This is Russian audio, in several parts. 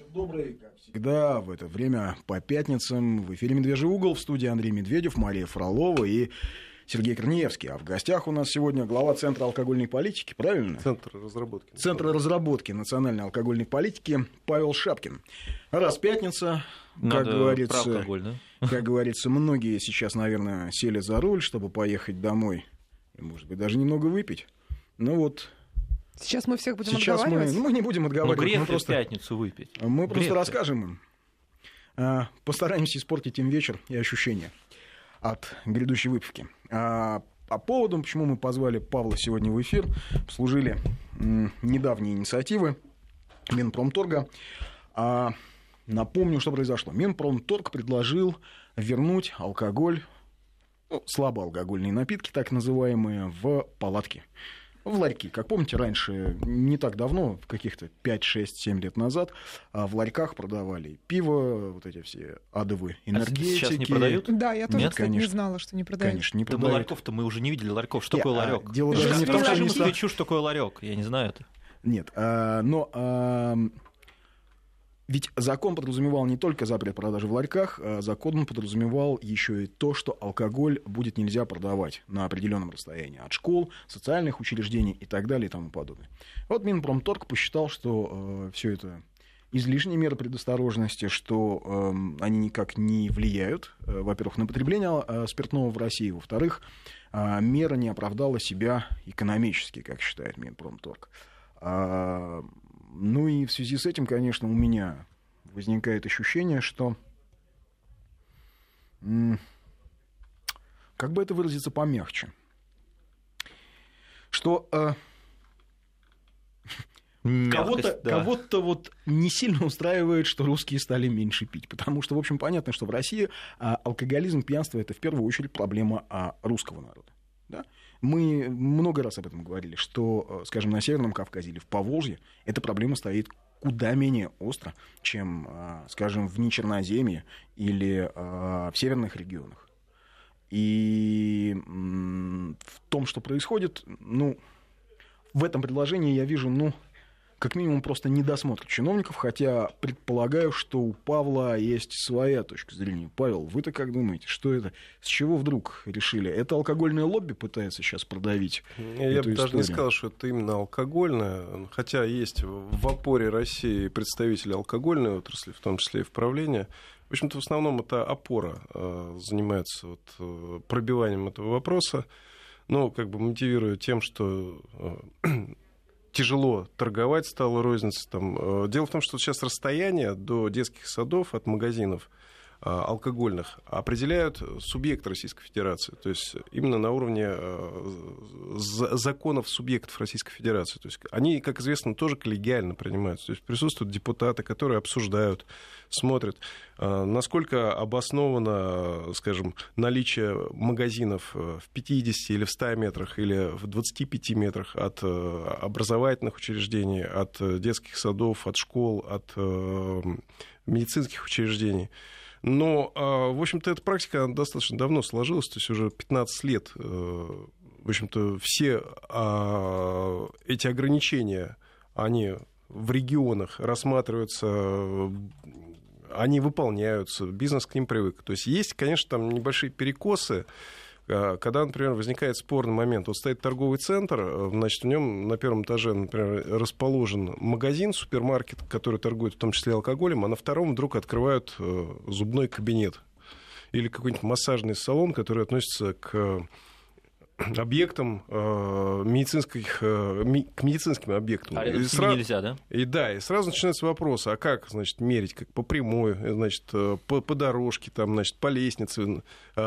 Добрый, как всегда, в это время по пятницам в эфире «Медвежий угол», в студии Андрей Медведев, Мария Фролова и Сергей Корнеевский. А в гостях у нас сегодня глава Центра алкогольной политики, правильно? Центра разработки национальной алкогольной политики Павел Шапкин. Раз пятница, как говорится, многие сейчас, наверное, сели за руль, чтобы поехать домой и, может быть, даже немного выпить. Ну вот... Сейчас мы всех будем отговаривать? Мы не будем отговаривать. Грех в пятницу выпить. Мы просто расскажем им. Постараемся испортить им вечер и ощущения от грядущей выпивки. А поводом, почему мы позвали Павла сегодня в эфир, служили недавние инициативы Минпромторга. Напомню, что произошло. Минпромторг предложил вернуть алкоголь, слабоалкогольные напитки, так называемые, в палатки. В ларьки. Как помните, раньше, не так давно, каких-то 5, 6, 7 лет назад, в ларьках продавали пиво, вот эти все адовые энергетики. Сейчас не продают? Да, я тоже, кстати, не знала, что не продают. Конечно, не продают. Да, ларьков-то мы уже не видели ларьков. Что такое ларек? Дело даже не в том, Скажи москвичу, что такое ларек. Я не знаю это. Нет, но... Ведь закон подразумевал не только запрет продажи в ларьках, закон подразумевал еще и то, что алкоголь будет нельзя продавать на определенном расстоянии от школ, социальных учреждений и так далее и тому подобное. Вот Минпромторг посчитал, что все это излишние меры предосторожности, что они никак не влияют, во-первых, на потребление спиртного в России, во-вторых, мера не оправдала себя экономически, как считает Минпромторг. Ну и в связи с этим, конечно, у меня возникает ощущение, что, как бы это выразиться помягче, что кого-то вот не сильно устраивает, что русские стали меньше пить, потому что, в общем, понятно, что в России алкоголизм, пьянство — это в первую очередь проблема русского народа. Да? Мы много раз об этом говорили, что, скажем, на Северном Кавказе или в Поволжье эта проблема стоит куда менее остро, чем, скажем, в Нечерноземье или в северных регионах. И в том, что происходит, в этом предложении я вижу, как минимум, просто недосмотр чиновников, хотя предполагаю, что у Павла есть своя точка зрения. Павел, вы-то как думаете, что это? С чего вдруг решили? Это алкогольное лобби пытается сейчас продавить? Я бы даже не сказал, что это именно алкогольное, хотя есть в опоре России представители алкогольной отрасли, в том числе и в правлении. В общем-то, в основном это опора занимается пробиванием этого вопроса, но как бы мотивируя тем, что... тяжело торговать стало розница. Дело в том, что сейчас расстояние до детских садов от магазинов алкогольных определяют субъекты Российской Федерации. То есть именно на уровне законов субъектов Российской Федерации. То есть они, как известно, тоже коллегиально принимаются. То есть присутствуют депутаты, которые обсуждают, смотрят, насколько обосновано, скажем, наличие магазинов в 50 или в 100 метрах или в 25 метрах от образовательных учреждений, от детских садов, от школ, от медицинских учреждений. Но, в общем-то, эта практика достаточно давно сложилась, то есть уже 15 лет. В общем-то, все эти ограничения, они в регионах рассматриваются, они выполняются, бизнес к ним привык. То есть есть, конечно, там небольшие перекосы, когда, например, возникает спорный момент. Вот стоит торговый центр, значит, в нем на первом этаже, например, расположен магазин, супермаркет, который торгует в том числе алкоголем, а на втором вдруг открывают зубной кабинет или какой-нибудь массажный салон, который относится к объектам к медицинским объектам. А рядом с ними нельзя, да? И сразу начинается вопрос, а как, значит, мерить, как по прямой, значит, по дорожке, там, значит, по лестнице,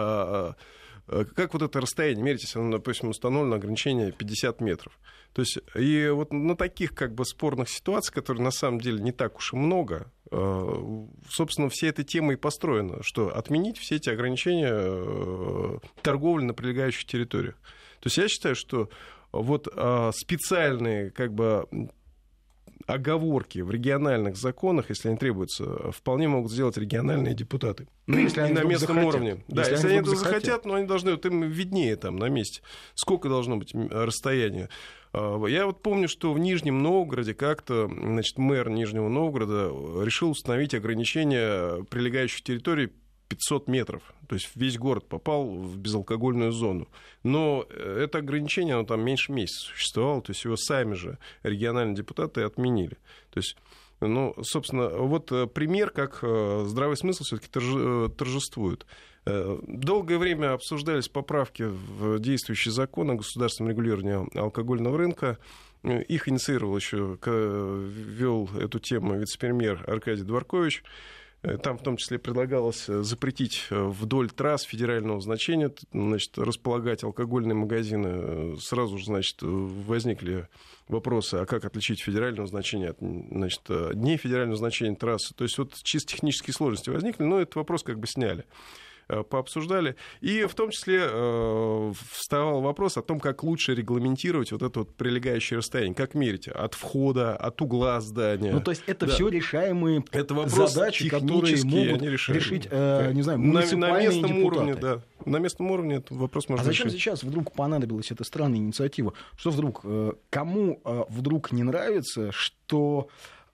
как вот это расстояние мерить, если, допустим, установлено ограничение 50 метров. То есть, и вот на таких как бы спорных ситуациях, которые на самом деле не так уж и много, собственно, вся эта тема и построена, что отменить все эти ограничения торговли на прилегающих территориях. То есть я считаю, что вот специальные как бы оговорки в региональных законах, если они требуются, вполне могут сделать региональные депутаты. Если они на местном захотят. уровне. Да, если они этого захотят, но они должны, вот им виднее там на месте, сколько должно быть расстояние. Я вот помню, что в Нижнем Новгороде как-то, значит, мэр Нижнего Новгорода решил установить ограничение прилегающих территорий 500 метров. То есть весь город попал в безалкогольную зону. Но это ограничение, оно там меньше месяца существовало, то есть его сами же региональные депутаты отменили. То есть, ну, собственно, вот пример, как здравый смысл все-таки торжествует. Долгое время обсуждались поправки в действующий закон о государственном регулировании алкогольного рынка. Их инициировал еще, вел эту тему вице-премьер Аркадий Дворкович. Там в том числе предлагалось запретить вдоль трасс федерального значения, значит, располагать алкогольные магазины. Сразу же, значит, возникли вопросы, а как отличить федеральное значение от, значит, нефедерального значения трассы. То есть вот чисто технические сложности возникли, но этот вопрос как бы сняли. Пообсуждали. И в том числе вставал вопрос о том, как лучше регламентировать вот это вот прилегающее расстояние. Как мерить от входа, от угла здания. Ну, то есть это все решаемые задачи, которые могут решить, не знаю, муниципальные на местном депутаты. Уровне, да. На местном уровне этот вопрос можно решить. А зачем сейчас вдруг понадобилась эта странная инициатива? Что вдруг? Кому вдруг не нравится, что...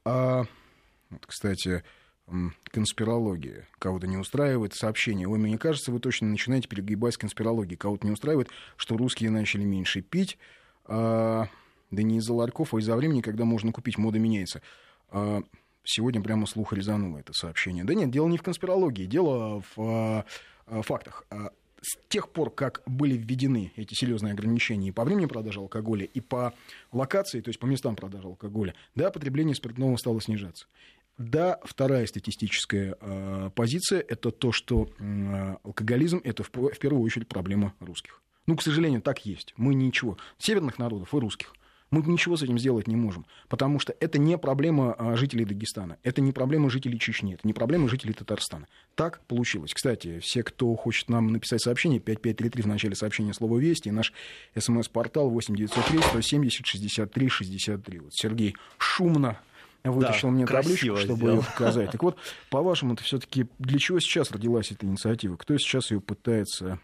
Вот, кстати... конспирология. Кого-то не устраивает сообщение. Ой, мне кажется, вы точно начинаете перегибать с конспирологией. Кого-то не устраивает, что русские начали меньше пить. Да не из-за ларьков, а из-за времени, когда можно купить. Мода меняется. Сегодня прямо слух резануло это сообщение. Да нет, дело не в конспирологии. Дело в фактах. С тех пор, как были введены эти серьезные ограничения и по времени продажи алкоголя, и по локации, то есть по местам продажи алкоголя, да, потребление спиртного стало снижаться. Да, вторая статистическая позиция – это то, что алкоголизм – это в первую очередь проблема русских. Ну, к сожалению, так есть. Мы ничего. Северных народов и русских. Мы ничего с этим сделать не можем, потому что это не проблема жителей Дагестана, это не проблема жителей Чечни, это не проблема жителей Татарстана. Так получилось. Кстати, все, кто хочет нам написать сообщение, 5533 в начале сообщения слово «Вести», наш СМС-портал 8903-170-63-63. Вот Сергей шумно вытащил мне табличку, чтобы ее показать. Так вот, по-вашему, это все-таки для чего сейчас родилась эта инициатива? Кто сейчас ее пытается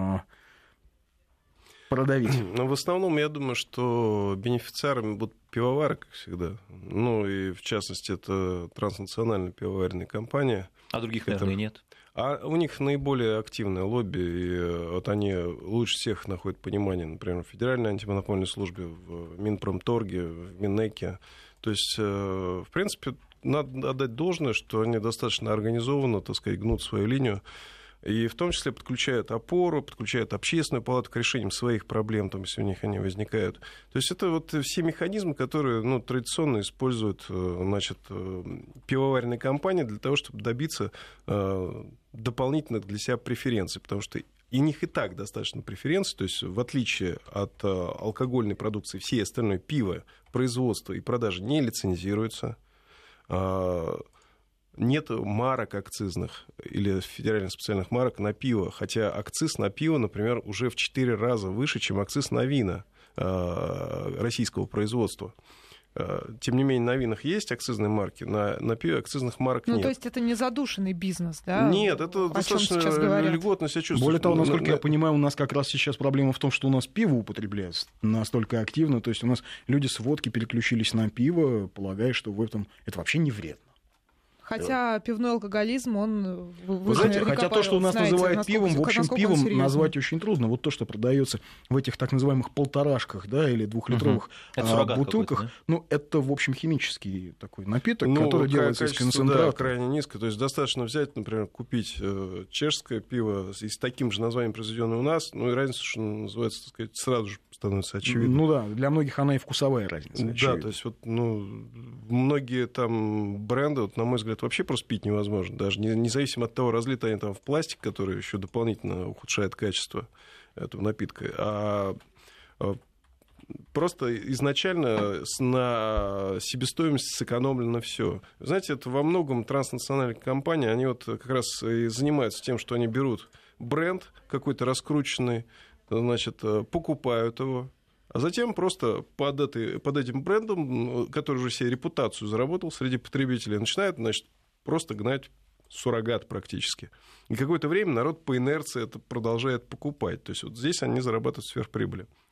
продавить? Ну, в основном, я думаю, что бенефициарами будут пивовары, как всегда. Ну, и в частности, это транснациональная пивоваренная компания. А других, наверное, нет. А у них наиболее активное лобби, и вот они лучше всех находят понимание, например, в Федеральной антимонопольной службе, в Минпромторге, в Минэке. То есть, в принципе, надо отдать должное, что они достаточно организованно, так сказать, гнут свою линию. И в том числе подключают опору, подключают общественную палату к решениям своих проблем, там, если у них они возникают. То есть это вот все механизмы, которые, ну, традиционно используют, значит, пивоваренные компании для того, чтобы добиться дополнительных для себя преференций, потому что и у них и так достаточно преференций, то есть в отличие от алкогольной продукции, всей остальной пиво, производство и продажа не лицензируются. Нет марок акцизных или федеральных специальных марок на пиво, хотя акциз на пиво, например, уже в 4 раза выше, чем акциз на вина российского производства. Тем не менее, на винах есть акцизные марки, на пиве акцизных марок нет. Ну, то есть это не задушенный бизнес, да? Нет, это достаточно льготно себя чувствует. Более того, насколько я понимаю, у нас как раз сейчас проблема в том, что у нас пиво употребляется настолько активно, то есть у нас люди с водки переключились на пиво, полагая, что в этом это вообще не вредно. Хотя пивной алкоголизм, он... Вы знаете, хотя то, что у нас называют пивом, в общем, пивом назвать очень трудно. Вот то, что продается в этих так называемых полторашках, да, или двухлитровых бутылках, да? Ну, это, в общем, химический такой напиток, который делается из концентрата. Да, крайне низко. То есть достаточно взять, например, купить чешское пиво с таким же названием, произведенное у нас, ну, и разница, что называется, так сказать, сразу же становится очевидно. Ну да, для многих она и вкусовая разница. Да, то есть вот, ну, многие там бренды, вот, на мой взгляд, вообще просто пить невозможно. Даже независимо от того, разлиты они там в пластик, который еще дополнительно ухудшает качество этого напитка. Просто изначально на себестоимости сэкономлено все. Знаете, это во многом транснациональные компании, они вот как раз и занимаются тем, что они берут бренд какой-то раскрученный, значит, покупают его, а затем просто под этим брендом, который уже себе репутацию заработал среди потребителей, начинают, значит, просто гнать суррогат практически. И какое-то время народ по инерции это продолжает покупать. То есть вот здесь они зарабатывают сверхприбыли.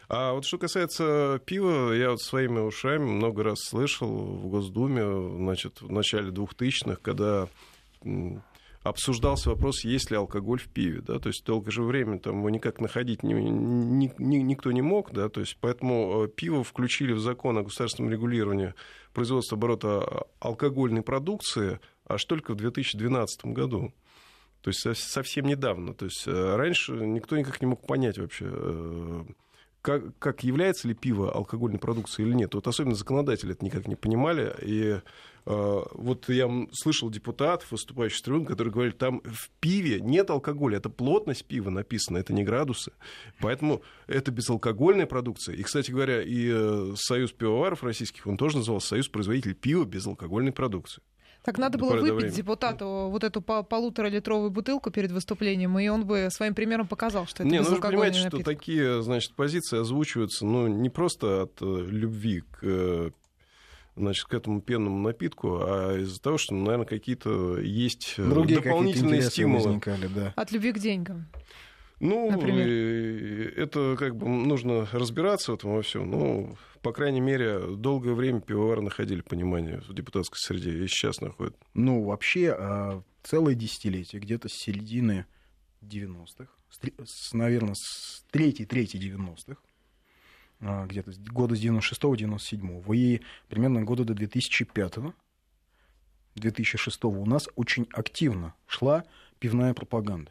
А вот что касается пива, я вот своими ушами много раз слышал в Госдуме, значит, в начале 2000-х, когда обсуждался вопрос, есть ли алкоголь в пиве, да, то есть долгое же время там его никак находить никто не мог, да, то есть поэтому пиво включили в закон о государственном регулировании производства оборота алкогольной продукции аж только в 2012 году. То есть совсем недавно. То есть раньше никто никак не мог понять вообще, как является ли пиво алкогольной продукцией или нет. Вот особенно законодатели это никак не понимали. И вот я слышал депутатов, выступающих с трибуны, которые говорили, там в пиве нет алкоголя, это плотность пива написана, это не градусы. Поэтому это безалкогольная продукция. И, кстати говоря, и Союз пивоваров российских, он тоже назывался Союз производителей пива безалкогольной продукции. Так надо было выпить депутату вот эту 1,5-литровую бутылку перед выступлением, и он бы своим примером показал, что это безалкогольный напиток. Вы понимаете, что такие, значит, позиции озвучиваются, не просто от любви к этому пенному напитку, а из-за того, что, наверное, какие-то есть другие дополнительные стимулы. Возникали, да. От любви к деньгам. Это как бы нужно разбираться в этом во всем. Ну, по крайней мере, долгое время пивовары находили понимание в депутатской среде, и сейчас находят. Вообще, целое десятилетие, где-то с середины 90-х, наверное, с трети 90-х, где-то года с 96-го, 97-го, и примерно года до 2005-го, 2006-го у нас очень активно шла пивная пропаганда.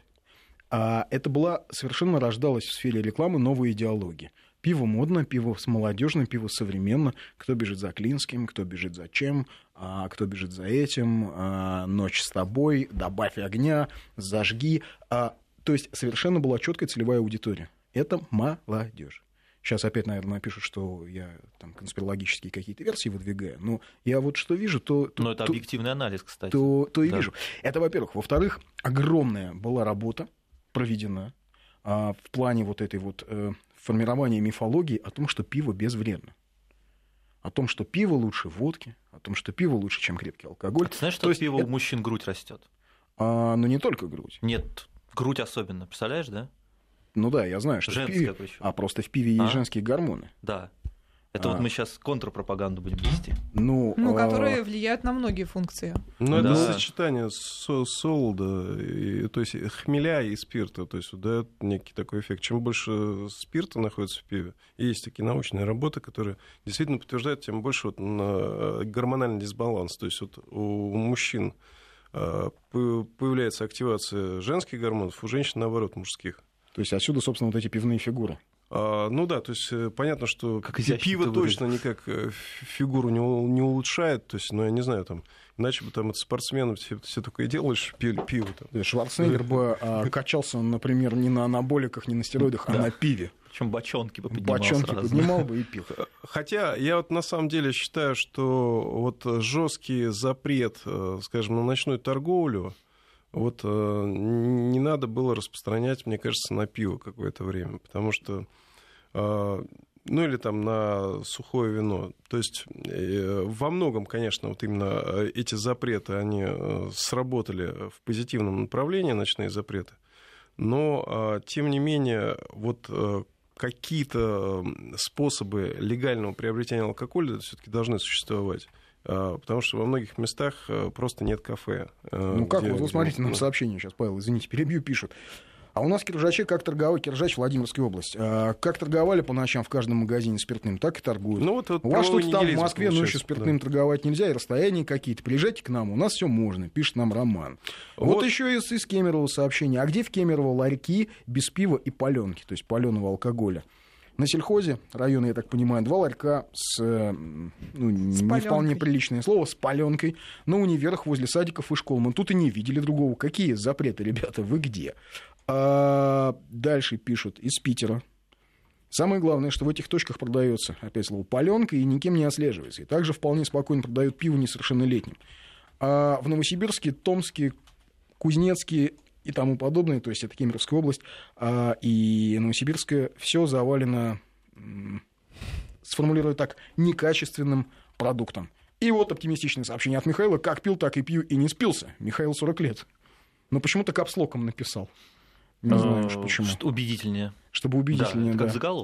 Это совершенно рождалась в сфере рекламы новая идеология. Пиво модно, пиво молодежно, пиво современно. Кто бежит за Клинским, кто бежит за чем, кто бежит за этим, ночь с тобой, добавь огня, зажги. То есть совершенно была четкая целевая аудитория. Это молодежь. Сейчас опять, наверное, напишут, что я там конспирологические какие-то версии выдвигаю. Но я вот что вижу, Но это объективный анализ, кстати. То и вижу. Это, во-первых. Во-вторых, огромная была работа проведена в плане вот этой вот формирования мифологии о том, что пиво безвредно. О том, что пиво лучше водки, о том, что пиво лучше, чем крепкий алкоголь. Ты знаешь, что от пива у мужчин грудь растет? Но не только грудь. Нет, грудь особенно, представляешь, да? Ну да, я знаю, что женская в пиве... причем. Просто в пиве есть женские гормоны. Да. Это вот мы сейчас контрпропаганду будем вести. Которые влияют на многие функции. Это сочетание солода, то есть хмеля и спирта, то есть дает некий такой эффект. Чем больше спирта находится в пиве, и есть такие научные работы, которые действительно подтверждают, тем больше гормональный дисбаланс. То есть у мужчин появляется активация женских гормонов, у женщин, наоборот, мужских. То есть отсюда, собственно, вот эти пивные фигуры. То есть понятно, что пиво точно никак фигуру не улучшает, то есть, я не знаю, там, иначе бы там от спортсменов все только и делали, что пили пиво. Там. Шварценеггер бы качался, например, не на анаболиках, не на стероидах, а на пиве. Причем бочонки бы поднимал бы и пил. Хотя я на самом деле считаю, что жесткий запрет, скажем, на ночную торговлю, не надо было распространять, мне кажется, на пиво какое-то время, потому что, или там на сухое вино. То есть во многом, конечно, именно эти запреты, они сработали в позитивном направлении, ночные запреты, но, тем не менее, какие-то способы легального приобретения алкоголя все-таки должны существовать. Потому что во многих местах просто нет кафе. Смотрите, нам сообщение сейчас, Павел, извините, перебью, пишут. А у нас киржачи как торговали, Киржач, Владимирская область. Как торговали по ночам в каждом магазине спиртным, так и торгуют. У вас что-то там в Москве ночью спиртным торговать нельзя, и расстояния какие-то. Приезжайте к нам, у нас все можно, пишет нам Роман. Еще из Кемерово сообщение. А где в Кемерово ларьки без пива и паленки, то есть паленого алкоголя? На сельхозе района, я так понимаю, 2 ларька с не вполне приличное слово, с паленкой на универах возле садиков и школ. Мы тут и не видели другого. Какие запреты, ребята, вы где? Дальше пишут из Питера. Самое главное, что в этих точках продается, опять слово, паленка и никем не отслеживается. И также вполне спокойно продают пиво несовершеннолетним. А в Новосибирске, Томске, Кузнецке и тому подобное, то есть это Кемеровская область, и Новосибирская, все завалено, сформулирую так, некачественным продуктом. И оптимистичное сообщение от Михаила: как пил, так и пью, и не спился. Михаил 40 лет. Но почему-то капслоком написал. Не знаю уж почему. Убедительнее. Чтобы убедительнее, да. Как заголовок.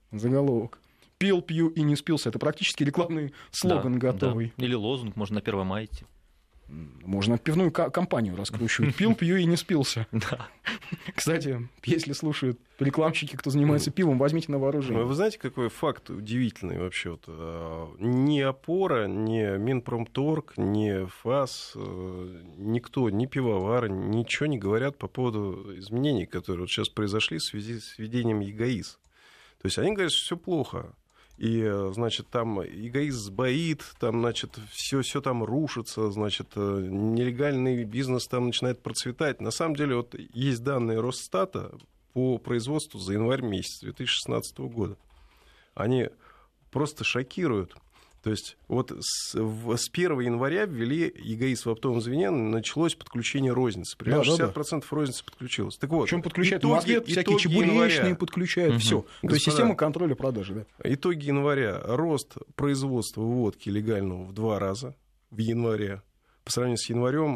Заголовок. Пил, пью и не спился. Это практически рекламный слоган готовый. Да. Или лозунг, можно на 1 мая идти. Можно пивную компанию раскручивать. Пил, пью и не спился. Да. Кстати, если слушают рекламщики, кто занимается пивом, возьмите на вооружение. Вы знаете, какой факт удивительный вообще? Вот, ни Опора, ни Минпромторг, ни ФАС, никто, ни пивовары, ничего не говорят по поводу изменений, которые вот сейчас произошли в связи с введением ЕГАИС. То есть они говорят, что все плохо. И, значит, там ЕГАИС сбоит, там, значит, все там рушится, значит, нелегальный бизнес там начинает процветать. На самом деле, вот есть данные Росстата по производству за январь месяц 2016 года. Они просто шокируют. То есть вот с 1 января ввели ЕГАИС в оптовом звене, началось подключение розницы. Примерно 60% розницы подключилось. Так вот, причем подключают в Москве, всякие чебуречные подключают, все. То есть система контроля продажи. Да? Итоги января. Рост производства водки легального в 2 раза в январе по сравнению с январем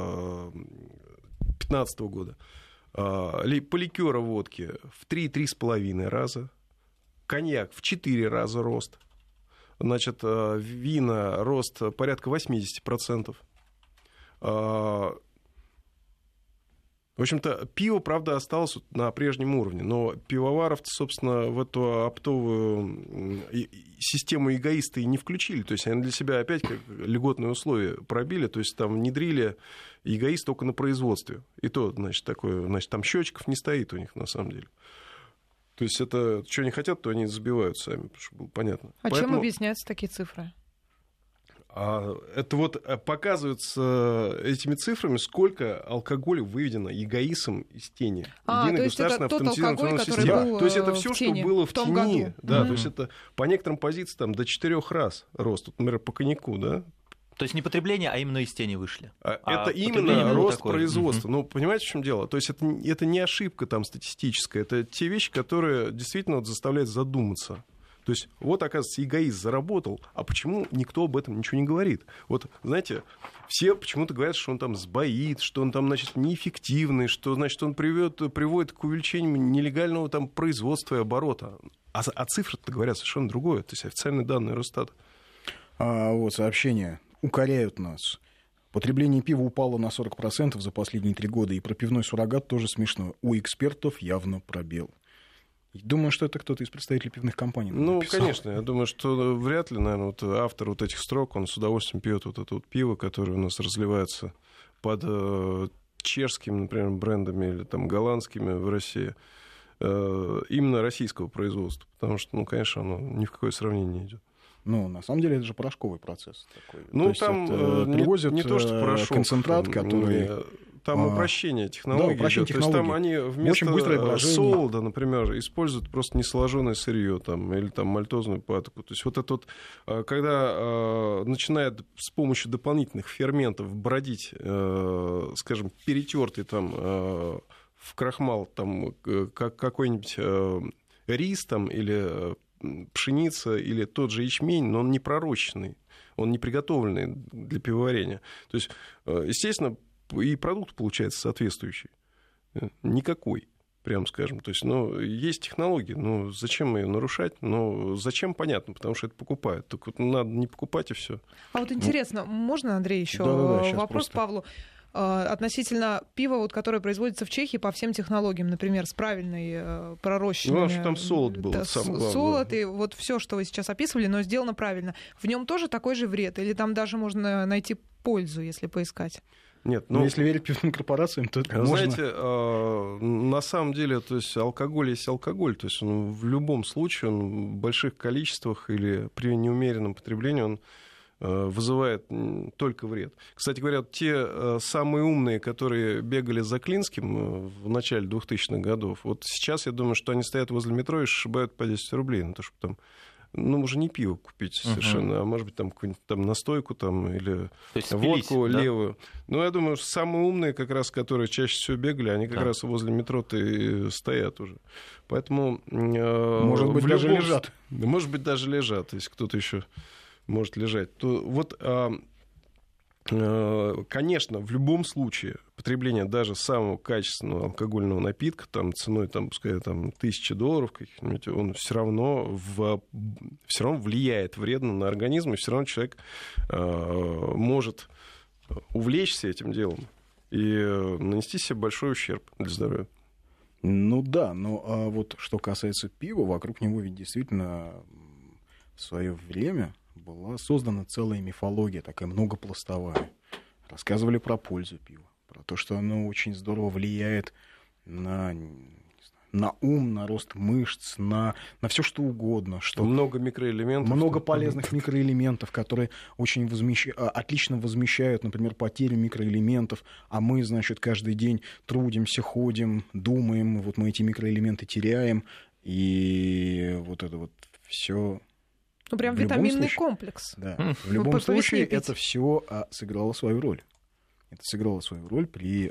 2015 года. По ликеру водки в 3-3,5 раза. Коньяк в 4 раза рост. Значит, вина рост порядка 80%. В общем-то, пиво, правда, осталось на прежнем уровне, но пивоваров, собственно, в эту оптовую систему ЕГАИС-то и не включили. То есть они для себя опять как льготные условия пробили, то есть там внедрили ЕГАИС только на производстве. И то, значит, такое, значит, там счетчиков не стоит у них на самом деле. То есть это, что не хотят, то они забивают сами, чтобы было понятно. Чем объясняются такие цифры? Это вот показывается этими цифрами, сколько алкоголя выведено ЕГАИСом из тени. Единой государственной автоматизированной системы. Да, то есть это все, что было в тени. Да, году. То есть это по некоторым позициям там, до 4 раз рост. Вот, например, по коньяку, да? То есть не потребление, а именно из тени вышли. Это именно рост производства. Ну, понимаете, в чем дело? То есть это не ошибка там статистическая, это те вещи, которые действительно вот заставляют задуматься. То есть вот, оказывается, ЕГАИС заработал, а почему никто об этом ничего не говорит? Вот, знаете, все почему-то говорят, что он там сбоит, что он там, значит, неэффективный, что, значит, он приводит к увеличению нелегального там производства и оборота. А цифры-то говорят совершенно другое. То есть официальные данные Росстата. Вот сообщение. Укоряют нас. Потребление пива упало на 40% за последние 3 года, и про пивной суррогат тоже смешно. У экспертов явно пробел. Думаю, что это кто-то из представителей пивных компаний написал. Конечно. Я думаю, что вряд ли, наверное, вот автор вот этих строк, он с удовольствием пьет вот это вот пиво, которое у нас разливается под чешскими, например, брендами или там голландскими в России. Именно российского производства. Потому что, ну, конечно, оно ни в какое сравнение не идет. Ну, на самом деле, это же порошковый процесс такой. Ну, то там привозят не то, что порошок, концентрат, который... Там упрощение технологий. Да, упрощение технологий. То есть там они вместо солода, например, используют просто несложенное сырье там, или там мальтозную патоку. То есть вот это вот, когда начинает с помощью дополнительных ферментов бродить, скажем, перетертый там в крахмал там какой-нибудь рис там или пшеница или тот же ячмень, но он не пророщенный, он не приготовленный для пивоварения. То есть, естественно, и продукт получается соответствующий. Никакой, прям скажем. То есть, есть технология, но зачем ее нарушать? Зачем, понятно, потому что это покупают. Так вот, надо не покупать и все. А вот интересно, можно, Андрей, еще вопрос Павлу? Относительно пива, вот, которое производится в Чехии по всем технологиям, например, с правильной пророщенной... Ну, что там солод был, да, самое главное. Солод и вот все, что вы сейчас описывали, но сделано правильно. В нем тоже такой же вред? Или там даже можно найти пользу, если поискать? Нет, если верить пивным корпорациям, то это можно. Знаете, на самом деле, то есть алкоголь есть алкоголь. То есть он в любом случае, он в больших количествах или при неумеренном потреблении, он вызывает только вред. Кстати говоря, те самые умные, которые бегали за Клинским в начале 2000-х годов, вот сейчас, я думаю, что они стоят возле метро и сшибают по 10 рублей на то, чтобы там, уже не пиво купить совершенно, а может быть, там какую-нибудь там настойку там, или водку левую. Я думаю, что самые умные, как раз, которые чаще всего бегали, они как раз возле метро-то и стоят уже. Поэтому... Может быть, даже лежат. Может быть, даже лежат, если кто-то еще может лежать. То вот Конечно, в любом случае потребление даже самого качественного алкогольного напитка там, ценой, там, пускай там, $1000 каких-нибудь, он все равно влияет вредно на организм, и все равно человек может увлечься этим делом и нанести себе большой ущерб для здоровья. Ну да, но вот что касается пива, вокруг него ведь действительно в свое время была создана целая мифология, такая многопластовая. Рассказывали про пользу пива, про то, что оно очень здорово влияет на ум, на рост мышц, на все что угодно. Что много микроэлементов. Много полезных микроэлементов, которые очень отлично возмещают, например, потерю микроэлементов. А мы, значит, каждый день трудимся, ходим, думаем, вот мы эти микроэлементы теряем. И вот это вот все. Ну, прям витаминный комплекс. Да, в любом случае это все сыграло свою роль. Это сыграло свою роль при...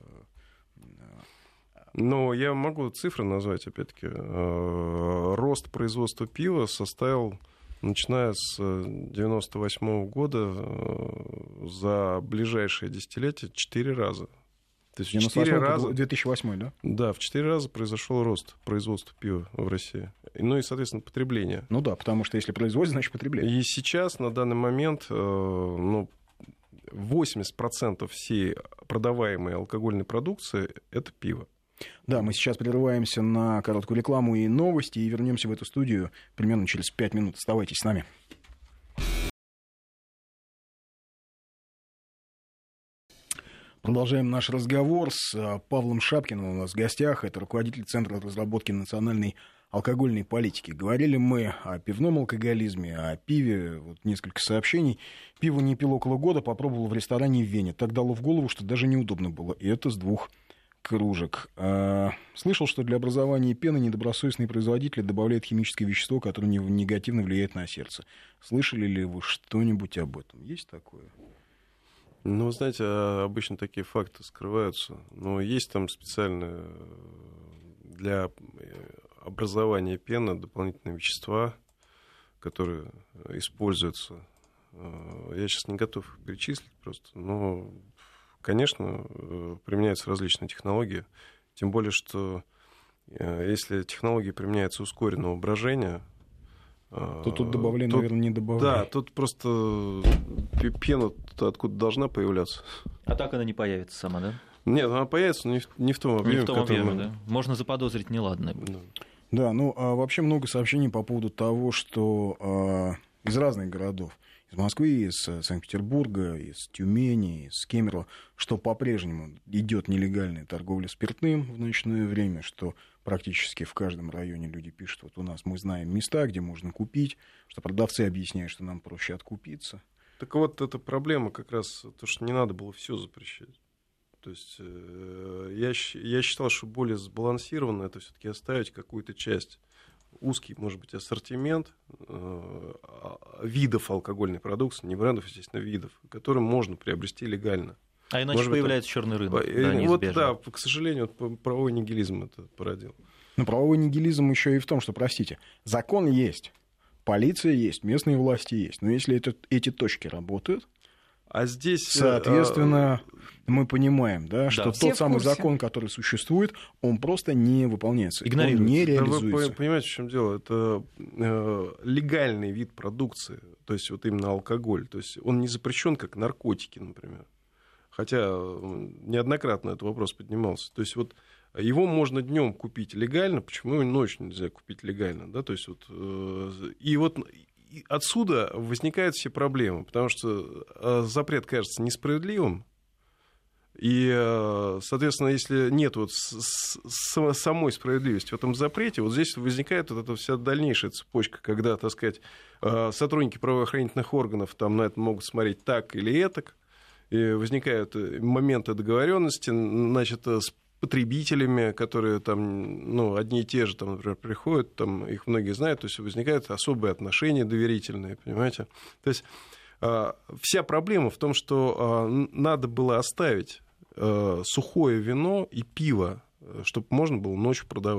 Но я могу цифры назвать, опять-таки. Рост производства пива составил, начиная с 1998 года, за ближайшее десятилетие 4 раза. То есть 4 раза... 2008, да? Да, в 4 раза произошел рост производства пива в России. Ну и, соответственно, потребление. Ну да, потому что если производить, значит потребление. И сейчас, на данный момент, 80% всей продаваемой алкогольной продукции — это пиво. Да, мы сейчас прерываемся на короткую рекламу и новости, и вернемся в эту студию примерно через 5 минут. Оставайтесь с нами. Продолжаем наш разговор с Павлом Шапкиным у нас в гостях. Это руководитель Центра разработки национальной алкогольной политики. Говорили мы о пивном алкоголизме, о пиве. Вот несколько сообщений. Пиво не пил около года, попробовал в ресторане в Вене. Так дало в голову, что даже неудобно было. И это с 2 кружек. Слышал, что для образования пены недобросовестные производители добавляют химическое вещество, которое негативно влияет на сердце. Слышали ли вы что-нибудь об этом? Есть такое? Ну, знаете, обычно такие факты скрываются. Но есть там специально для образования пены дополнительные вещества, которые используются. Я сейчас не готов их перечислить просто, но, конечно, применяются различные технологии. Тем более, что если технологии применяются ускоренного брожения, то тут добавление, наверное, не добавляют. Да, тут просто пена откуда должна появляться. А так она не появится сама, да? Нет, она появится, но не в том объеме. Не в том объеме, да. Можно заподозрить неладное. Да, ну, вообще много сообщений по поводу того, что из разных городов, из Москвы, из Санкт-Петербурга, из Тюмени, из Кемерово, что по-прежнему идет нелегальная торговля спиртным в ночное время, что практически в каждом районе люди пишут, вот у нас мы знаем места, где можно купить, что продавцы объясняют, что нам проще откупиться. Так вот, эта проблема как раз, то, что не надо было все запрещать. То есть я считал, что более сбалансированно это все-таки оставить какую-то часть, узкий, может быть, ассортимент видов алкогольной продукции, не брендов, естественно, видов, которые можно приобрести легально. А иначе может появляется черный рынок. Да, вот, да, к сожалению, вот, правовой нигилизм это породил. Но правовой нигилизм еще и в том, что, простите, закон есть, полиция есть, местные власти есть. Но если эти точки работают, а здесь, соответственно, мы понимаем, да, что тот самый закон, который существует, он просто не выполняется, он не реализуется. Вы понимаете, в чем дело? Это легальный вид продукции, то есть вот именно алкоголь. То есть он не запрещен, как наркотики, например. Хотя неоднократно этот вопрос поднимался. То есть вот его можно днем купить легально, почему его ночью нельзя купить легально? Да? То есть вот, и вот отсюда возникают все проблемы, потому что запрет кажется несправедливым, и, соответственно, если нет вот самой справедливости в этом запрете, вот здесь возникает вот эта вся дальнейшая цепочка, когда, так сказать, сотрудники правоохранительных органов там на это могут смотреть так или этак, и возникают моменты договоренности, значит, с потребителями, которые там, ну, одни и те же, там, например, приходят, там, их многие знают, то есть возникают особые отношения доверительные, понимаете? То есть вся проблема в том, что надо было оставить сухое вино и пиво, чтобы можно было ночью продавать.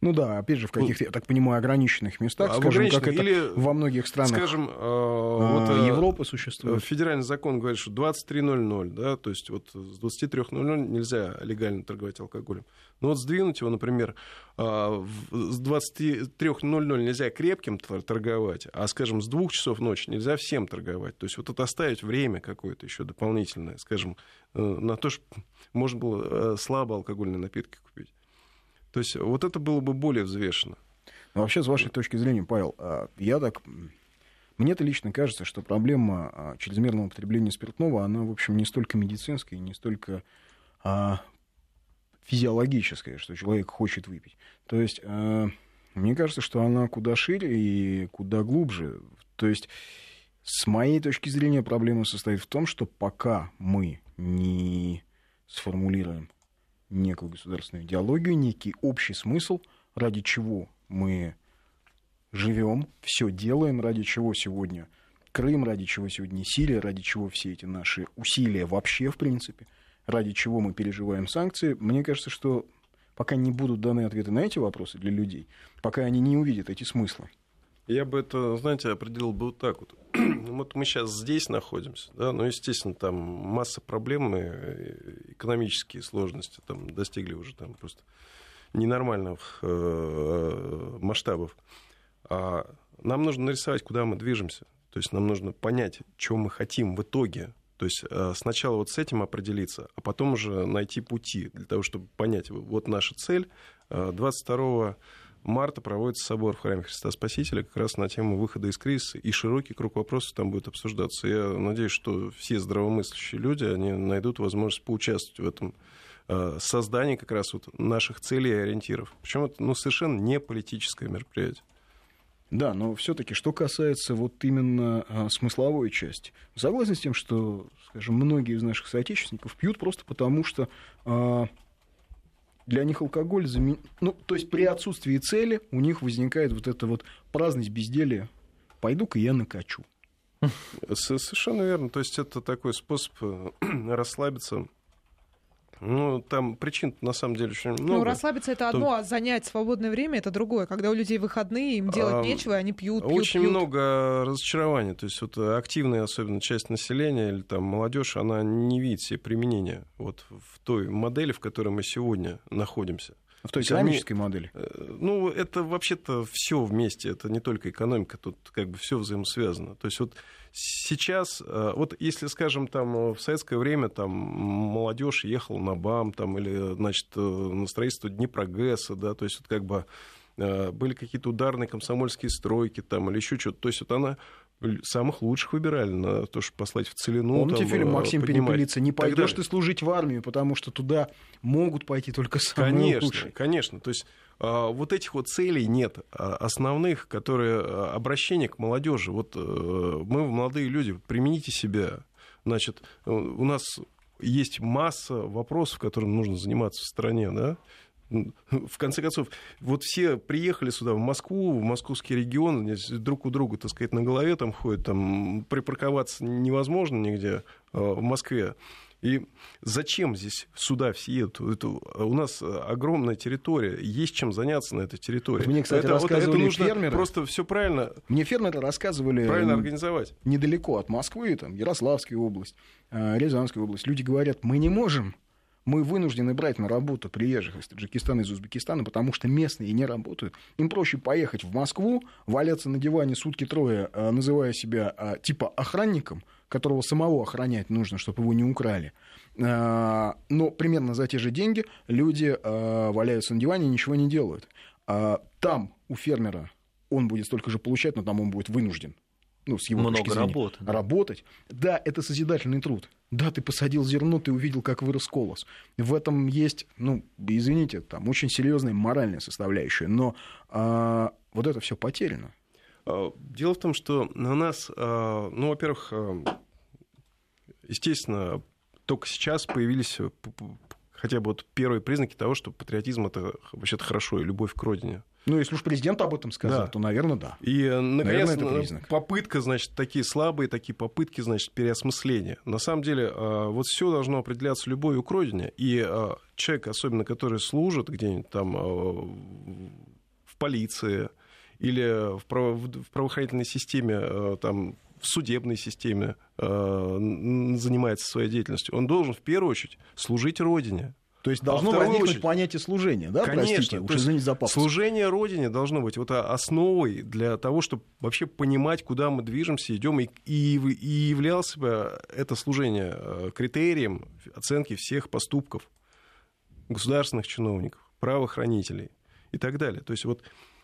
Ну да, опять же, в каких-то, я так понимаю, ограниченных местах, скажем, как это или, во многих странах, скажем, Европы существует. Федеральный закон говорит, что 23:00, да, то есть вот с 23:00 нельзя легально торговать алкоголем. Но вот сдвинуть его, например, с 23:00 нельзя крепким торговать, а, скажем, с 2 часов ночи нельзя всем торговать. То есть вот это оставить время какое-то еще дополнительное, скажем, на то, чтобы можно было слабо алкогольные напитки купить. То есть вот это было бы более взвешено. Но вообще, с вашей точки зрения, Павел, мне-то лично кажется, что проблема чрезмерного употребления спиртного, она, в общем, не столько медицинская, не столько физиологическая, что человек хочет выпить. То есть мне кажется, что она куда шире и куда глубже. То есть с моей точки зрения проблема состоит в том, что пока мы не сформулируем некую государственную идеологию, некий общий смысл, ради чего мы живем, все делаем, ради чего сегодня Крым, ради чего сегодня Сирия, ради чего все эти наши усилия вообще, в принципе, ради чего мы переживаем санкции. Мне кажется, что пока не будут даны ответы на эти вопросы для людей, пока они не увидят эти смыслы. Я бы это, знаете, определил бы вот так вот. Вот мы сейчас здесь находимся, да, но, естественно, там масса проблем, и экономические сложности там достигли уже там просто ненормальных масштабов. А нам нужно нарисовать, куда мы движемся. То есть нам нужно понять, чего мы хотим в итоге. То есть сначала вот с этим определиться, а потом уже найти пути для того, чтобы понять, вот наша цель. 22 марта проводится собор в храме Христа Спасителя как раз на тему выхода из кризиса, и широкий круг вопросов там будет обсуждаться. Я надеюсь, что все здравомыслящие люди, они найдут возможность поучаствовать в этом создании как раз вот наших целей и ориентиров. Причем это совершенно не политическое мероприятие. Да, но все-таки, что касается вот именно смысловой части, согласен с тем, что, скажем, многие из наших соотечественников пьют просто потому, что для них алкоголь, то есть при отсутствии цели у них возникает вот эта вот праздность, безделье. Пойду-ка я накачу. Совершенно верно. То есть это такой способ расслабиться. Ну, там причин на самом деле очень много. Ну, расслабиться — это одно, а занять свободное время — это другое. Когда у людей выходные, им делать нечего, и они пьют. Очень много разочарований. То есть вот активная, особенно часть населения или там молодежь, она не видит себе применения вот в той модели, в которой мы сегодня находимся. В той экономической модели? Ну, это вообще-то все вместе. Это не только экономика, тут как бы все взаимосвязано. То есть вот сейчас, вот если, скажем, там в советское время там молодежь ехала на БАМ там, или, значит, на строительство Днепрогэса, да, то есть вот как бы были какие-то ударные комсомольские стройки там, или еще что-то. То есть вот она самых лучших выбирали на то, чтобы послать в Целину. Помните там, фильм Максим Перепелица? Не пойдешь ты служить в армию, потому что туда могут пойти только самые лучшие. Конечно. То есть вот этих вот целей нет основных, которые обращение к молодежи. Вот мы, молодые люди, примените себя. Значит, у нас есть масса вопросов, которыми нужно заниматься в стране, да? В конце концов, вот все приехали сюда, в Москву, в московский регион, друг у друга, так сказать, на голове там ходят, там припарковаться невозможно нигде в Москве. И зачем здесь сюда все едут? У нас огромная территория, есть чем заняться на этой территории. Мне, кстати, рассказывали нужно фермеры. Просто все правильно. Мне фермеры рассказывали. Правильно организовать. Недалеко от Москвы, там, Ярославская область, Рязанская область. Люди говорят, мы не можем. Мы вынуждены брать на работу приезжих из Таджикистана, из Узбекистана, потому что местные не работают. Им проще поехать в Москву, валяться на диване сутки-трое, называя себя типа охранником, которого самого охранять нужно, чтобы его не украли. Но примерно за те же деньги люди валяются на диване и ничего не делают. Там у фермера он будет столько же получать, но там он будет вынужден. С его много точки зрения, работы. Да. Работать. Да, это созидательный труд. Да, ты посадил зерно, ты увидел, как вырос колос. В этом есть, извините, там очень серьезная моральная составляющая. Но вот это все потеряно. Дело в том, что на нас, во-первых, естественно, только сейчас появились хотя бы вот первые признаки того, что патриотизм — это вообще-то хорошо, и любовь к родине. Если уж президент об этом сказал, то, наверное, да. И, наконец, попытка, значит, такие слабые, такие попытки, значит, переосмысления. На самом деле, вот все должно определяться любовью к родине. И человек, особенно который служит где-нибудь там в полиции или в правоохранительной системе, там, в судебной системе занимается своей деятельностью, он должен в первую очередь служить Родине. То есть должно возникнуть понятие служения, да? Конечно. Служение Родине должно быть вот основой для того, чтобы вообще понимать, куда мы движемся, идем, и являлось бы это служение критерием оценки всех поступков государственных чиновников, правоохранителей и так далее. То есть вот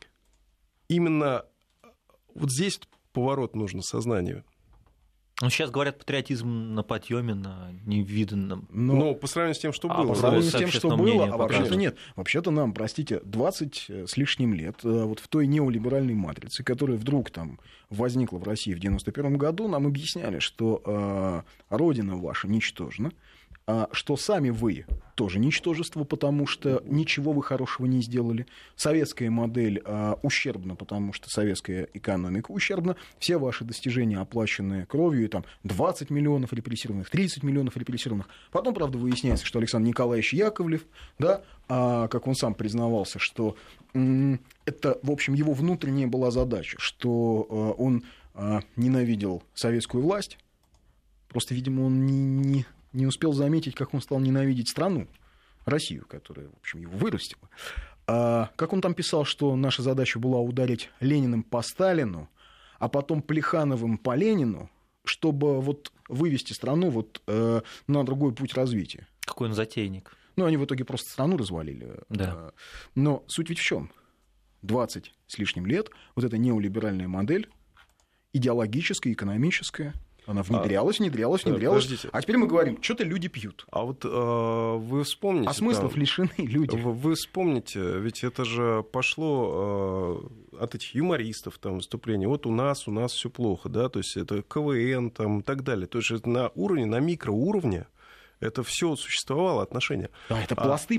именно вот здесь поворот нужно сознанию. Ну, сейчас говорят, патриотизм на подъеме, на невиданном. Но по сравнению с тем, что было. По сравнению с тем, что было, вообще-то нет. Вообще-то нам, простите, 20 с лишним лет вот в той неолиберальной матрице, которая вдруг там возникла в России в 1991 году, нам объясняли, что Родина ваша ничтожна, что сами вы тоже ничтожество, потому что ничего вы хорошего не сделали. Советская модель ущербна, потому что советская экономика ущербна. Все ваши достижения оплачены кровью, и там 20 миллионов репрессированных, 30 миллионов репрессированных. Потом, правда, выясняется, что Александр Николаевич Яковлев, да, как он сам признавался, что это, в общем, его внутренняя была задача, что он ненавидел советскую власть. Просто, видимо, он не успел заметить, как он стал ненавидеть страну, Россию, которая, в общем, его вырастила. Как он там писал, что наша задача была ударить Лениным по Сталину, а потом Плехановым по Ленину, чтобы вот вывести страну вот на другой путь развития. Какой он затейник. Ну, они в итоге просто страну развалили. Да. Но суть ведь в чем? 20 с лишним лет вот эта неолиберальная модель, идеологическая, экономическая, она внедрялась. Подождите. А теперь мы говорим, что-то люди пьют. А вот вы вспомните... А смыслов лишены люди. Вы вспомните, ведь это же пошло от этих юмористов, там, выступлений. Вот у нас все плохо, да, то есть это КВН, там, и так далее. То есть на микроуровне это все существовало, отношения. Да, это пласты.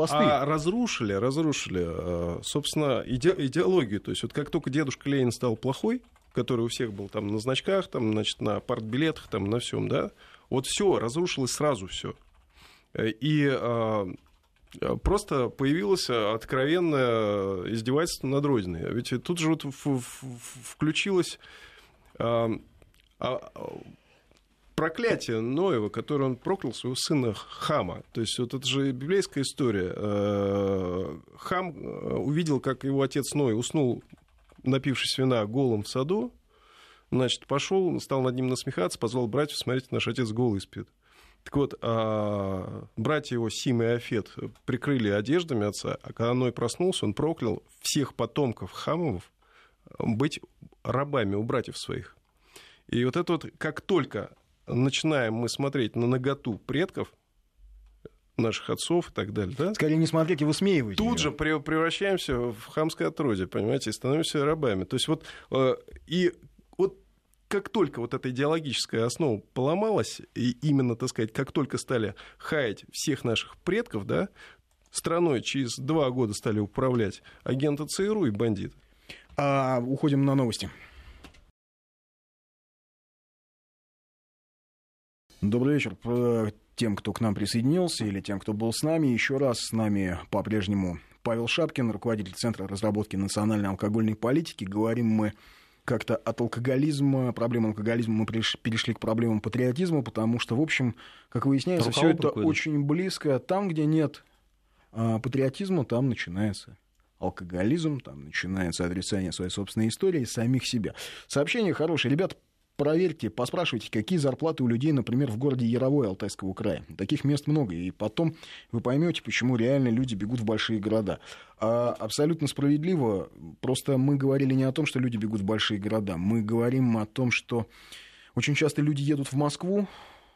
Разрушили, собственно, идеологию. То есть вот как только дедушка Ленин стал плохой, который у всех был там на значках, там, значит, на партбилетах, там, на всем, да, вот все разрушилось сразу все. И просто появилось откровенное издевательство над Родиной. Ведь тут же вот включилось проклятие Ноева, которое он проклял своего сына Хама. То есть вот это же библейская история. Хам увидел, как его отец Ной уснул, напившись вина, голым в саду, значит, пошел, стал над ним насмехаться, позвал братьев, смотрите, наш отец голый спит. Так вот, братья его, Сим и Афет, прикрыли одеждами отца, а когда Ной проснулся, он проклял всех потомков Хамовых быть рабами у братьев своих. И вот это вот, как только начинаем мы смотреть на наготу предков, наших отцов и так далее, да? Скорее не смотреть и высмеивать. Тут же превращаемся в хамское отродье, понимаете, и становимся рабами. То есть вот, и вот как только вот эта идеологическая основа поломалась, и именно, так сказать, как только стали хаять всех наших предков, да, страной через 2 года стали управлять агенты ЦРУ и бандиты. Уходим на новости. Добрый вечер. Тем, кто к нам присоединился, или тем, кто был с нами. Еще раз с нами по-прежнему Павел Шапкин, руководитель Центра разработки национальной алкогольной политики. Говорим мы как-то от алкоголизма, проблем алкоголизма мы перешли к проблемам патриотизма, потому что, в общем, как выясняется, все это очень близко. Там, где нет патриотизма, там начинается алкоголизм, там начинается отрицание своей собственной истории, самих себя. Сообщение хорошее. Ребята, проверьте, поспрашивайте, какие зарплаты у людей, например, в городе Яровой Алтайского края. Таких мест много, и потом вы поймете, почему реально люди бегут в большие города. Абсолютно справедливо, просто мы говорили не о том, что люди бегут в большие города, мы говорим о том, что очень часто люди едут в Москву,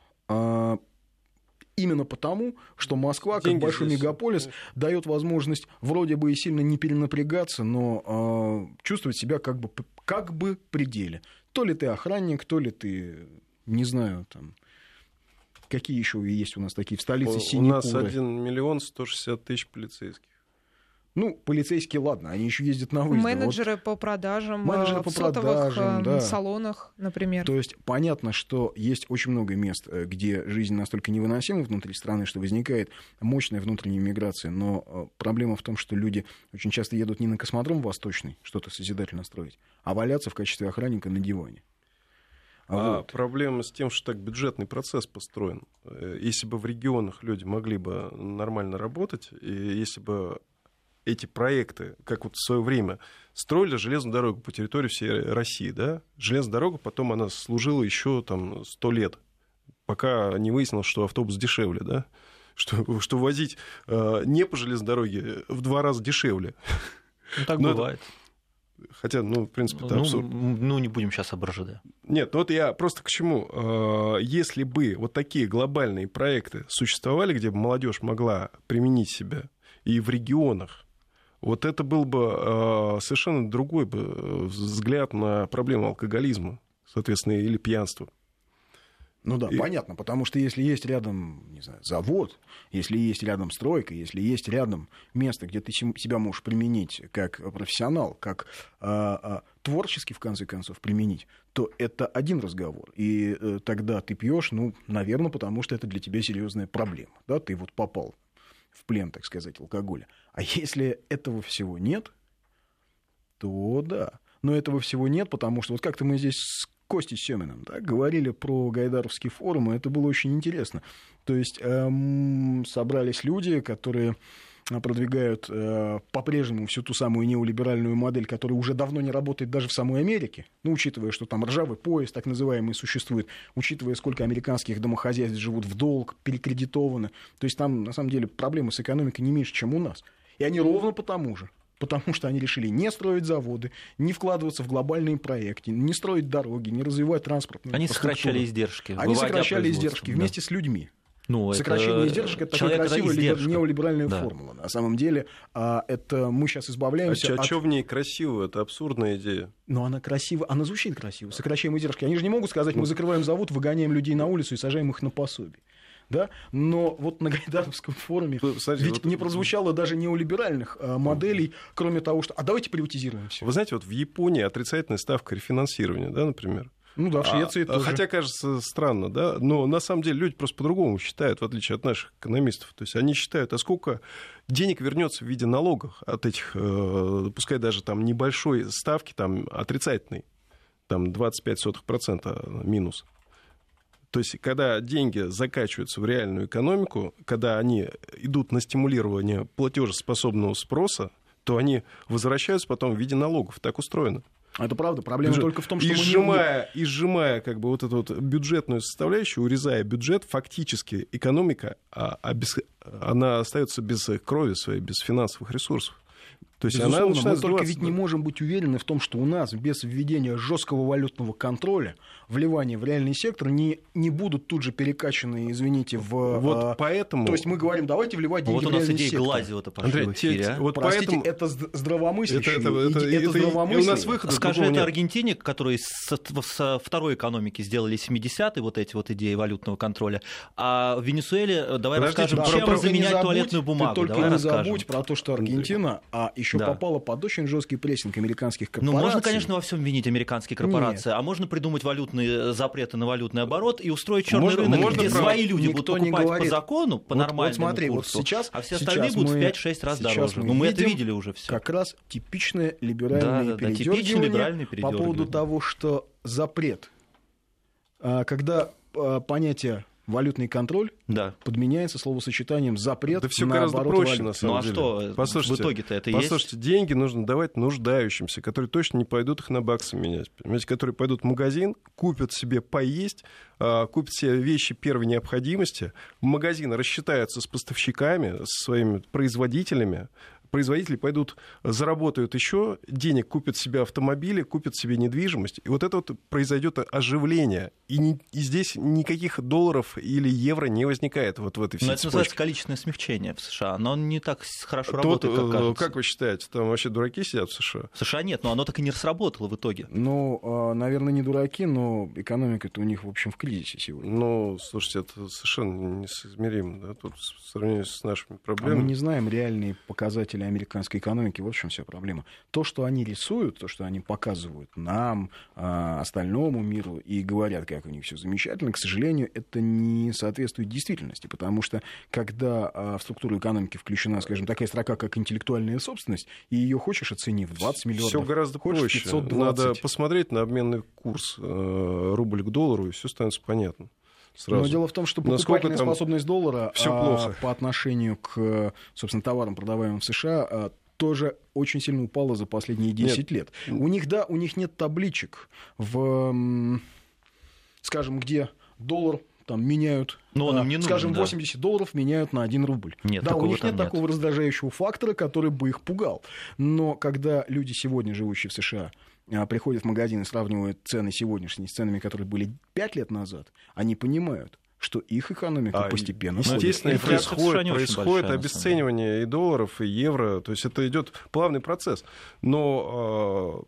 именно потому, что Москва, как большой мегаполис, дает возможность вроде бы и сильно не перенапрягаться, но чувствовать себя как бы в пределе. То ли ты охранник, то ли ты, не знаю, там, какие еще есть у нас такие в столице синекуры. У нас 1 160 000 полицейских. Ну, полицейские, ладно, они еще ездят на выезды. Менеджеры по продажам, в сотовых салонах, например. То есть понятно, что есть очень много мест, где жизнь настолько невыносима внутри страны, что возникает мощная внутренняя миграция. Но проблема в том, что люди очень часто едут не на космодром Восточный, что-то созидательно строить, а валяться в качестве охранника на диване. Проблема с тем, что так бюджетный процесс построен. Если бы в регионах люди могли бы нормально работать, и если бы эти проекты, как вот в свое время строили железную дорогу по территории всей России, да? Железная дорога, потом она служила еще там 100 лет, пока не выяснилось, что автобус дешевле, да? Что возить не по железной дороге в 2 раза дешевле. Ну, так бывает. Хотя, в принципе, это абсурд. Не будем сейчас об РЖД. Нет, вот я просто к чему. Если бы вот такие глобальные проекты существовали, где бы молодежь могла применить себя и в регионах, вот это был бы совершенно другой бы взгляд на проблему алкоголизма, соответственно, или пьянства. Ну да, понятно, потому что если есть рядом, не знаю, завод, если есть рядом стройка, если есть рядом место, где ты себя можешь применить как профессионал, как творчески, в конце концов, применить, то это один разговор. И тогда ты пьешь, наверное, потому что это для тебя серьезная проблема. Да? Ты вот попал в плен, так сказать, алкоголя. А если этого всего нет, то да. Но этого всего нет, потому что вот как-то мы здесь с Костей Семиным говорили про Гайдаровский форум, и это было очень интересно. То есть собрались люди, которые продвигают по-прежнему всю ту самую неолиберальную модель, которая уже давно не работает даже в самой Америке, учитывая, что там ржавый пояс, так называемый, существует, учитывая, сколько американских домохозяйств живут в долг, перекредитованы. То есть там, на самом деле, проблемы с экономикой не меньше, чем у нас. И они ровно потому что они решили не строить заводы, не вкладываться в глобальные проекты, не строить дороги, не развивать транспортную инфраструктуру. Они сокращали издержки. Они сокращали издержки вместе с людьми. Сокращение издержек — это такая красивая неолиберальная формула. На самом деле, это мы сейчас избавляемся от... что в ней красиво? Это абсурдная идея. Но она красиво, она звучит красиво. Сокращаем издержки. Они же не могут сказать, мы закрываем завод, выгоняем людей на улицу и сажаем их на пособие. Да? Но вот на Гайдаровском форуме не прозвучало даже неолиберальных моделей, кроме того, что давайте приватизируем все. Вы знаете, вот в Японии отрицательная ставка рефинансирования, да, например. В Швеции тоже. Хотя кажется странно, да, но на самом деле люди просто по-другому считают, в отличие от наших экономистов. То есть они считают, сколько денег вернется в виде налогов от этих, пускай даже там небольшой ставки, там отрицательной, там 0,25% минус. То есть, когда деньги закачиваются в реальную экономику, когда они идут на стимулирование платежеспособного спроса, то они возвращаются потом в виде налогов. Так устроено. Это правда. Проблема только в том, что сжимая как бы вот эту вот бюджетную составляющую, урезая бюджет, фактически экономика, она остается без крови своей, без финансовых ресурсов. То есть безусловно, мы только ведь не можем быть уверены в том, что у нас без введения жесткого валютного контроля вливания в реальный сектор не будут тут же перекачаны, извините, в... поэтому... То есть мы говорим, давайте вливать деньги в реальный сектор. Вот у нас идея Глазьева-то пошла в эфире. Простите, это здравомыслящие. Это здравомыслие. У нас выхода. Скажи, это Аргентине, которые со второй экономики сделали 70-е вот эти вот идеи валютного контроля, а в Венесуэле, давай расскажем, чем заменять туалетную бумагу. Ты только не забудь про то, что Аргентина, еще попала под очень жесткий прессинг американских корпораций. Можно, конечно, во всем винить американские корпорации, а можно придумать валютные запреты на валютный оборот и устроить черный рынок, где свои люди будут покупать по закону, по нормальному курсу, а все остальные будут в 5-6 раз дороже. Мы это видели уже все. Как раз типичное либеральное передергивание по поводу того, что запрет, когда понятие валютный контроль подменяется словосочетанием запрет на оборот валют. На самом деле. Что в итоге-то это есть? Послушайте, деньги нужно давать нуждающимся, которые точно не пойдут их на баксы менять. Понимаете, которые пойдут в магазин, купят себе поесть, купят себе вещи первой необходимости, в магазин рассчитаются с поставщиками, со своими производителями. Производители пойдут, заработают еще денег, купят себе автомобили, купят себе недвижимость. И вот это вот произойдет оживление. И здесь никаких долларов или евро не возникает вот в этой всей цепочке. Это называется количественное смягчение в США. Но оно не так хорошо работает, как кажется. Как вы считаете, там вообще дураки сидят в США? В США нет, но оно так и не сработало в итоге. Наверное, не дураки, но экономика-то у них, в общем, в кризисе сегодня. Слушайте, это совершенно несоизмеримо. Да? Тут в сравнении с нашими проблемами. Мы не знаем реальные показатели для американской экономики, вот в чем вся проблема. То, что они рисуют, то, что они показывают нам, остальному миру, и говорят, как у них все замечательно, к сожалению, это не соответствует действительности, потому что, когда в структуру экономики включена, скажем, такая строка, как интеллектуальная собственность, и ее хочешь оцени в 20 миллионов, все гораздо проще. 520. Надо посмотреть на обменный курс рубль к доллару, и все становится понятно. Сразу. Но дело в том, что покупательная способность доллара по отношению к, собственно, товарам, продаваемым в США, тоже очень сильно упала за последние 10 лет. У них нет табличек, скажем, где доллар там меняют, скажем, $80 меняют на 1 рубль. Нет, да, у них нет такого раздражающего фактора, который бы их пугал. Но когда люди сегодня, живущие в США, приходят в магазин и сравнивают цены сегодняшние с ценами, которые были 5 лет назад, они понимают, что их экономика постепенно... Естественно, происходит обесценивание и долларов, и евро. То есть это идет плавный процесс. Но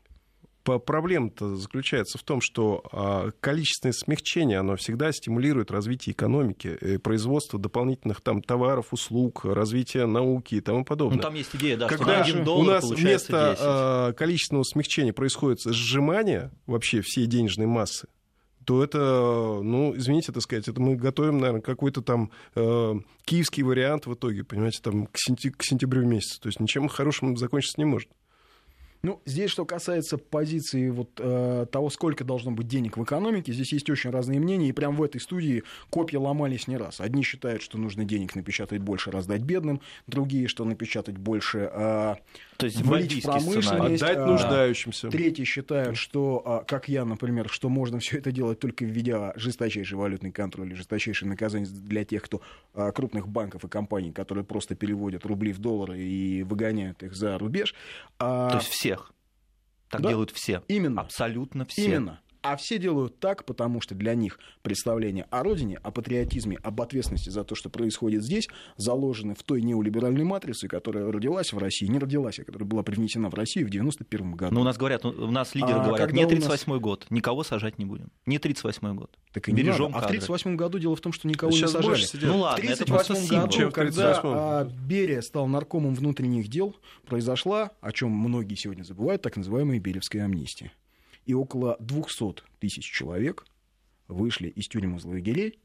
проблема-то заключается в том, что количественное смягчение, оно всегда стимулирует развитие экономики, производство дополнительных там товаров, услуг, развитие науки и тому подобное. Ну, там есть идея, да, когда что на $1 у нас вместо 10. Количественного смягчения происходит сжимание вообще всей денежной массы, то это, извините, так сказать, это мы готовим, наверное, какой-то там киевский вариант в итоге, понимаете, там к сентябрю месяцу. То есть ничем хорошим закончиться не может. Здесь, что касается позиции того, сколько должно быть денег в экономике, здесь есть очень разные мнения, и прямо в этой студии копья ломались не раз. Одни считают, что нужно денег напечатать больше, раздать бедным, другие, что напечатать больше, то есть влить в промышленность, отдать нуждающимся. Третьи считают, что, как я, например, что можно все это делать только введя жесточайший валютный контроль и жесточайшее наказание для тех, кто крупных банков и компаний, которые просто переводят рубли в доллары и выгоняют их за рубеж. То есть все. Так делают все. Именно. Абсолютно все. Именно. А все делают так, потому что для них представления о родине, о патриотизме, об ответственности за то, что происходит здесь, заложены в той неолиберальной матрице, которая родилась в России, не родилась, а которая была привнесена в Россию в 1991 году. У нас говорят, у нас лидеры говорят, не 38-й год, никого сажать не будем. Не 38-й год. Так и бережем кадры. А в 1938 году дело в том, что никого не сажали. Ну ладно, в 1938 году, когда Берия стал наркомом внутренних дел, произошла, о чем многие сегодня забывают, так называемая Бериевская амнистия. И около 200 тысяч человек вышли из тюрем и лагерей,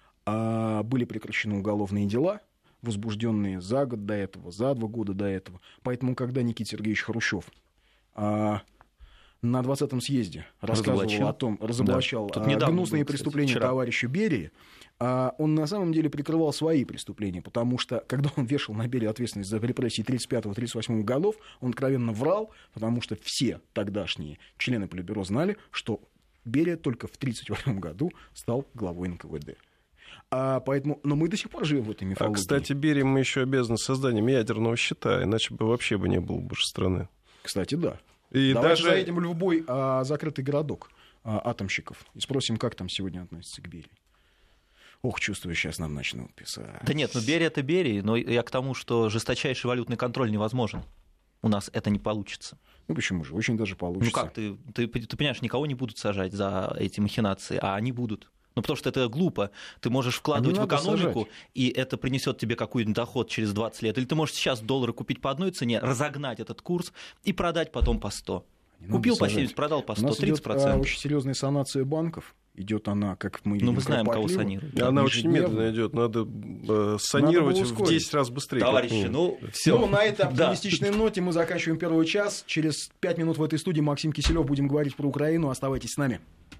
были прекращены уголовные дела, возбужденные за год до этого, за 2 года до этого. Поэтому, когда Никита Сергеевич Хрущев на 20-м съезде рассказывал о том, разоблачал гнусные преступления товарища Берии, он на самом деле прикрывал свои преступления, потому что, когда он вешал на Берию ответственность за репрессии 1935-1938 годов, он откровенно врал, потому что все тогдашние члены Политбюро знали, что Берия только в 1938 году стал главой НКВД. Поэтому, но мы до сих пор живем в этой мифологии. Кстати, Берии мы еще обязаны созданием ядерного щита, иначе бы вообще не было больше страны. Кстати, да. И давайте заедем в любой закрытый городок атомщиков и спросим, как там сегодня относятся к Берии. Ох, чувствую, сейчас нам начнут писать. Да нет, Берия — это Берия, но я к тому, что жесточайший валютный контроль невозможен. У нас это не получится. Почему же? Очень даже получится. Как ты понимаешь, никого не будут сажать за эти махинации, а они будут. Потому что это глупо. Ты можешь вкладывать в экономику, сажать. И это принесет тебе какой-нибудь доход через 20 лет. Или ты можешь сейчас доллары купить по одной цене, разогнать этот курс и продать потом по 100. Купил по 70, продал по 100, 30%. У нас идет очень серьезная санация банков. Идет она, как мы видим, мы знаем, кого санируют. Она очень медленно идет. Надо санировать в 10 раз быстрее. Товарищи, все. На этой оптимистичной ноте мы заканчиваем первый час. Через 5 минут в этой студии Максим Киселев будем говорить про Украину. Оставайтесь с нами.